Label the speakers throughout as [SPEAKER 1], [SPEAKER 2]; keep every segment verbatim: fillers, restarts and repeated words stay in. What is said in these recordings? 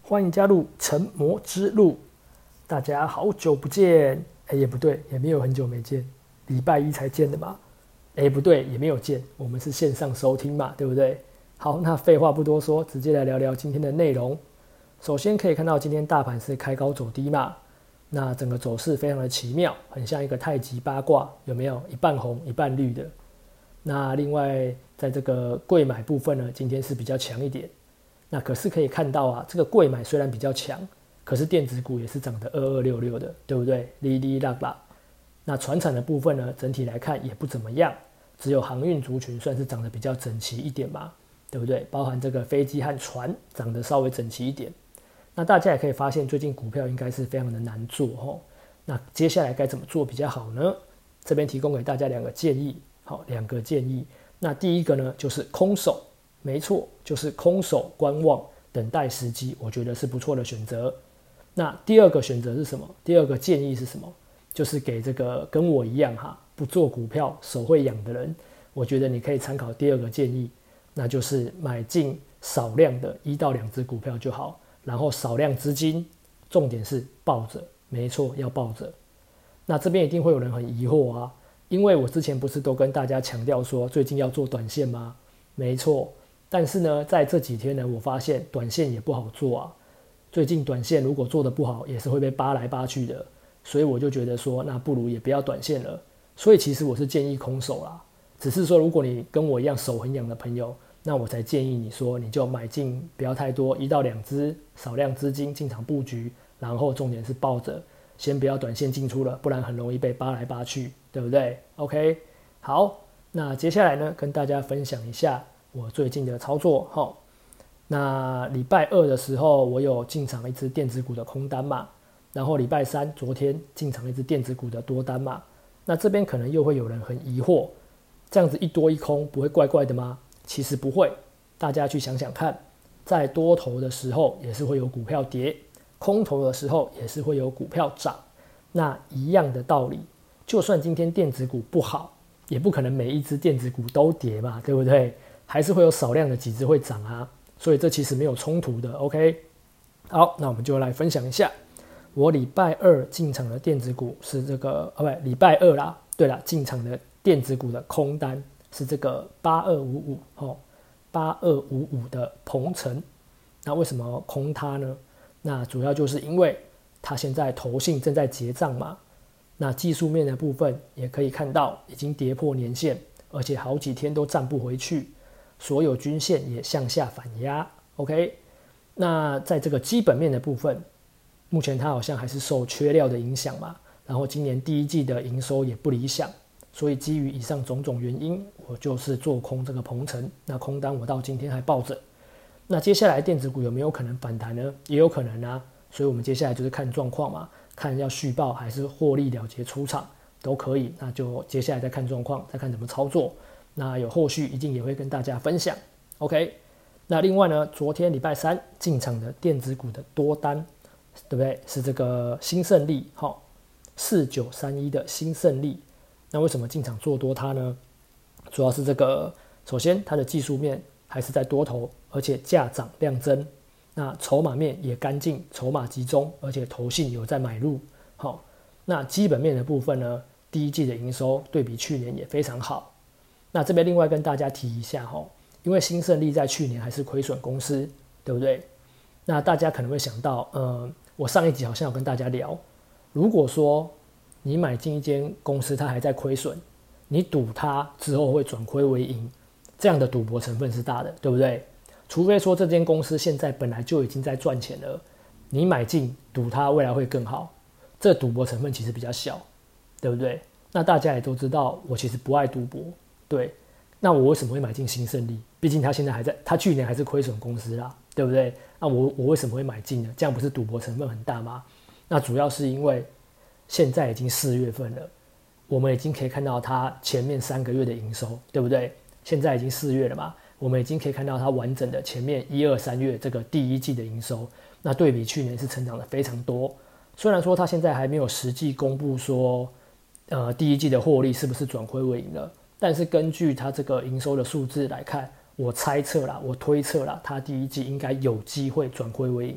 [SPEAKER 1] 欢迎加入成魔之路。大家好久不见，哎也不对，也没有很久没见，礼拜一才见的嘛。哎不对，也没有见，我们是线上收听嘛，对不对？好，那废话不多说，直接来聊聊今天的内容。首先可以看到今天大盘是开高走低嘛，那整个走势非常的奇妙，很像一个太极八卦，有没有？一半红一半绿的。那另外在这个柜买部分呢，今天是比较强一点。那可是可以看到啊，这个柜买虽然比较强，可是电子股也是涨得二二六六的，对不对？哩哩啦啦。那传产的部分呢，整体来看也不怎么样，只有航运族群算是涨得比较整齐一点嘛，对不对？包含这个飞机和船涨得稍微整齐一点。那大家也可以发现，最近股票应该是非常的难做齁。那接下来该怎么做比较好呢？这边提供给大家两个建议，好，两个建议。那第一个呢，就是空手。没错，就是空手观望，等待时机，我觉得是不错的选择。那第二个选择是什么？第二个建议是什么？就是给这个跟我一样哈，不做股票手会痒的人，我觉得你可以参考第二个建议，那就是买进少量的一到两只股票就好，然后少量资金，重点是抱着，没错，要抱着。那这边一定会有人很疑惑啊，因为我之前不是都跟大家强调说最近要做短线吗？没错。但是呢，在这几天呢，我发现短线也不好做啊。最近短线如果做得不好，也是会被扒来扒去的。所以我就觉得说，那不如也不要短线了。所以其实我是建议空手啦。只是说，如果你跟我一样手很痒的朋友，那我才建议你说，你就买进不要太多，一到两只，少量资金进场布局，然后重点是抱着，先不要短线进出了，不然很容易被扒来扒去，对不对 ？OK， 好，那接下来呢，跟大家分享一下我最近的操作齁。那礼拜二的时候，我有进场一只电子股的空单嘛，然后礼拜三昨天进场一只电子股的多单嘛。那这边可能又会有人很疑惑，这样子一多一空不会怪怪的吗？其实不会，大家去想想看，在多头的时候也是会有股票跌，空头的时候也是会有股票涨。那一样的道理，就算今天电子股不好，也不可能每一只电子股都跌嘛，对不对？还是会有少量的几只会涨啊，所以这其实没有冲突的 OK。 好，那我们就来分享一下我礼拜二进场的电子股是这个啊，不，礼拜二啦，对啦，进场的电子股的空单是这个八二五五哦，八二五五的鹏程。那为什么空它呢？那主要就是因为它现在投信正在结账嘛，那技术面的部分也可以看到已经跌破年线，而且好几天都站不回去，所有均线也向下反压 OK。 那在这个基本面的部分，目前它好像还是受缺料的影响嘛，然后今年第一季的营收也不理想，所以基于以上种种原因，我就是做空这个鹏程。那空单我到今天还抱着。那接下来电子股有没有可能反弹呢？也有可能啊，所以我们接下来就是看状况嘛，看要续报还是获利了结出场都可以，那就接下来再看状况，再看怎么操作。那有后续一定也会跟大家分享 OK。 那另外呢，昨天礼拜三进场的电子股的多单，对不对？是这个新胜利四九三一的新胜利。那为什么进场做多它呢？主要是这个，首先它的技术面还是在多头，而且价涨量增，那筹码面也干净，筹码集中，而且投信有在买入。好，那基本面的部分呢，第一季的营收对比去年也非常好。那这边另外跟大家提一下齁，因为新胜利在去年还是亏损公司，对不对？那大家可能会想到，呃，我上一集好像有跟大家聊，如果说你买进一间公司，它还在亏损，你赌它之后会转亏为盈，这样的赌博成分是大的，对不对？除非说这间公司现在本来就已经在赚钱了，你买进赌它未来会更好，这赌博成分其实比较小，对不对？那大家也都知道，我其实不爱赌博。对，那我为什么会买进新胜利？毕竟他现在还在，他去年还是亏损公司啦，对不对？那我我为什么会买进呢？这样不是赌博成分很大吗？那主要是因为现在已经四月份了，我们已经可以看到它前面三个月的营收，对不对？现在已经四月了嘛，我们已经可以看到它完整的前面一二三月这个第一季的营收，那对比去年是成长的非常多。虽然说它现在还没有实际公布说，呃，第一季的获利是不是转亏为盈了。但是根据它这个营收的数字来看，我猜测啦，我推测啦，它第一季应该有机会转亏为盈，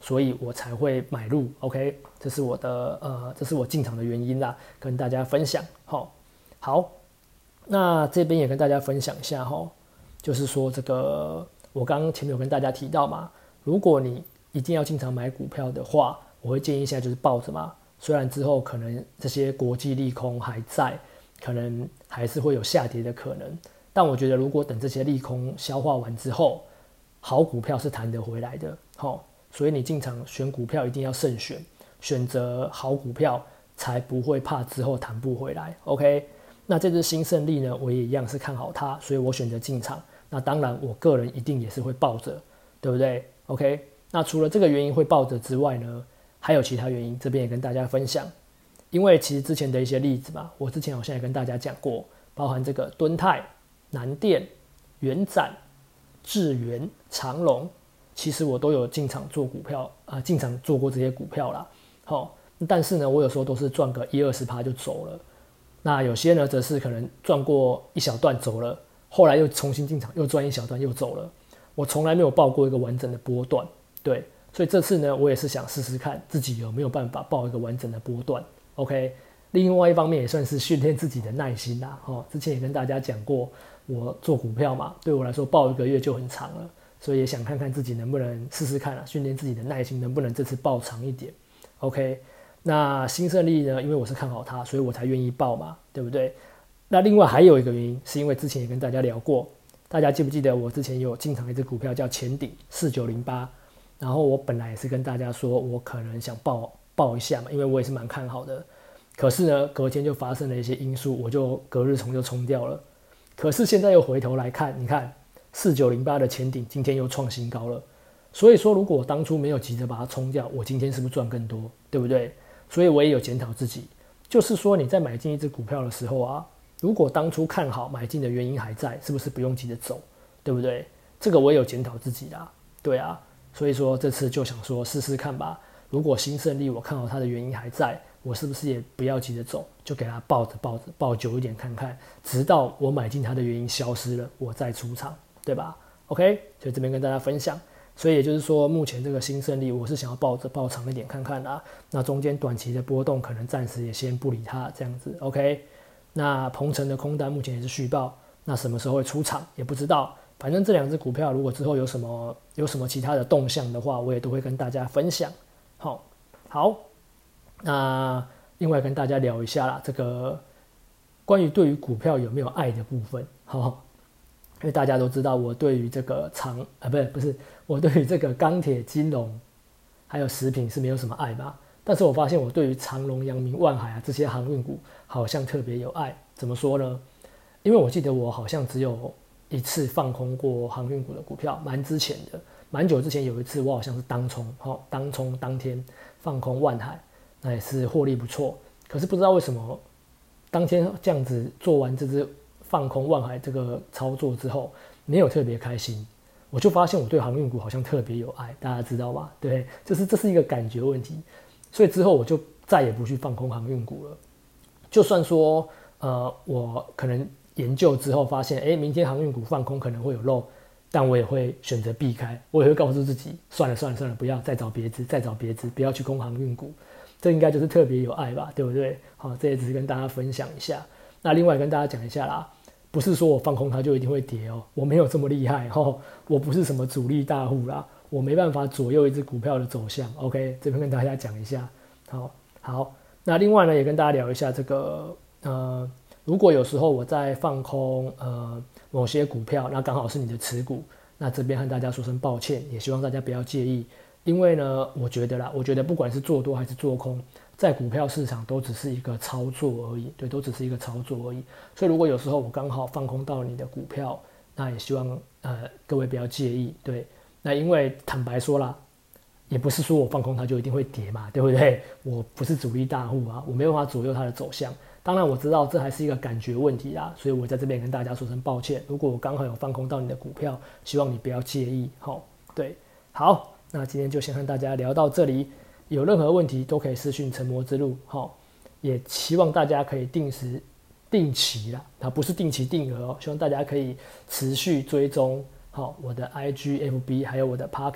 [SPEAKER 1] 所以我才会买入。OK， 这是我的呃，这是我进场的原因啦，跟大家分享。好，好，那这边也跟大家分享一下哈，就是说这个我刚刚前面有跟大家提到嘛，如果你一定要进场买股票的话，我会建议现在就是抱着嘛。虽然之后可能这些国际利空还在，可能还是会有下跌的可能，但我觉得如果等这些利空消化完之后，好股票是弹得回来的。好，所以你进场选股票一定要慎选，选择好股票才不会怕之后弹不回来。 OK， 那这支新胜利呢，我也一样是看好它，所以我选择进场。那当然我个人一定也是会抱着，对不对？ OK， 那除了这个原因会抱着之外呢，还有其他原因，这边也跟大家分享。因为其实之前的一些例子嘛，我之前好像也跟大家讲过，包含这个敦泰、南电、元展、智原、长荣，其实我都有进场做股票啊、呃，进场做过这些股票啦。好、哦，但是呢，我有时候都是赚个一二十趴就走了。那有些呢，则是可能赚过一小段走了，后来又重新进场，又赚一小段又走了。我从来没有抱过一个完整的波段，对。所以这次呢，我也是想试试看自己有没有办法抱一个完整的波段。OK， 另外一方面也算是训练自己的耐心啦。哦，之前也跟大家讲过，我做股票嘛，对我来说抱一个月就很长了，所以也想看看自己能不能试试看啊，训练自己的耐心，能不能这次抱长一点。OK， 那新胜利呢，因为我是看好它，所以我才愿意抱嘛，对不对？那另外还有一个原因，是因为之前也跟大家聊过，大家记不记得我之前有进场一只股票叫前鼎四九零八。然后我本来也是跟大家说，我可能想抱抱一下嘛，因为我也是蛮看好的。可是呢，隔天就发生了一些因素，我就隔日冲就冲掉了。可是现在又回头来看，你看四九零八的前顶今天又创新高了。所以说，如果我当初没有急着把它冲掉，我今天是不是赚更多？对不对？所以我也有检讨自己，就是说你在买进一只股票的时候啊，如果当初看好买进的原因还在，是不是不用急着走？对不对？这个我也有检讨自己啦。对啊。所以说这次就想说试试看吧，如果新胜利我看好它的原因还在，我是不是也不要急着走，就给它抱着抱着抱久一点看看，直到我买进它的原因消失了，我再出场，对吧？ OK， 所以这边跟大家分享。所以也就是说，目前这个新胜利我是想要抱着抱长一点看看啦，那中间短期的波动可能暂时也先不理它这样子。 OK， 那鹏程的空单目前也是续报，那什么时候会出场也不知道。反正这两只股票如果之后有什么有什么其他的动向的话，我也都会跟大家分享。好，好，那另外跟大家聊一下啦，这个关于对于股票有没有爱的部分。好，因为大家都知道我对于这个长啊不是不是我对于这个钢铁、金融还有食品是没有什么爱吧，但是我发现我对于长荣、阳明、万海啊这些航运股好像特别有爱。怎么说呢？因为我记得我好像只有一次放空过航运股的股票，蛮之前的，蛮久之前有一次，我好像是当冲，哦，当冲当天放空万海，那也是获利不错。可是不知道为什么，当天这样子做完这支放空万海这个操作之后，没有特别开心，我就发现我对航运股好像特别有爱，大家知道吧？对，就是这是一个感觉问题，所以之后我就再也不去放空航运股了。就算说，呃，我可能研究之后发现，哎，明天航运股放空可能会有漏，但我也会选择避开，我也会告诉自己，算了算了算了，不要再找别支，再找别支，不要去空航运股，这应该就是特别有爱吧，对不对？好，这也只是跟大家分享一下。那另外跟大家讲一下啦，不是说我放空它就一定会跌哦，我没有这么厉害哦，我不是什么主力大户啦，我没办法左右一只股票的走向。OK， 这边跟大家讲一下。好，好，那另外呢，也跟大家聊一下这个呃。如果有时候我在放空呃某些股票，那刚好是你的持股，那这边和大家说声抱歉，也希望大家不要介意。因为呢，我觉得啦，我觉得不管是做多还是做空，在股票市场都只是一个操作而已，对，都只是一个操作而已。所以如果有时候我刚好放空到你的股票，那也希望呃各位不要介意，对。那因为坦白说啦，也不是说我放空它就一定会跌嘛，对不对？我不是主力大户啊，我没办法左右它的走向。当然我知道这还是一个感觉问题啦，所以我在这边跟大家说声抱歉。如果我刚好有放空到你的股票，希望你不要介意。好，对，好，那今天就先和大家聊到这里。有任何问题都可以私讯成魔之路。好，也希望大家可以定时、定期啦，它不是定期定额哦。希望大家可以持续追踪好我的 I G、F B 还有我的 Podcast。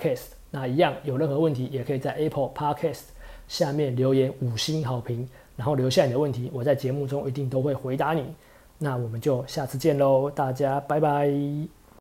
[SPEAKER 1] 那一样有任何问题，也可以在 Apple Podcast 下面留言五星好评，然后留下你的问题，我在节目中一定都会回答你。那我们就下次见喽，大家拜拜。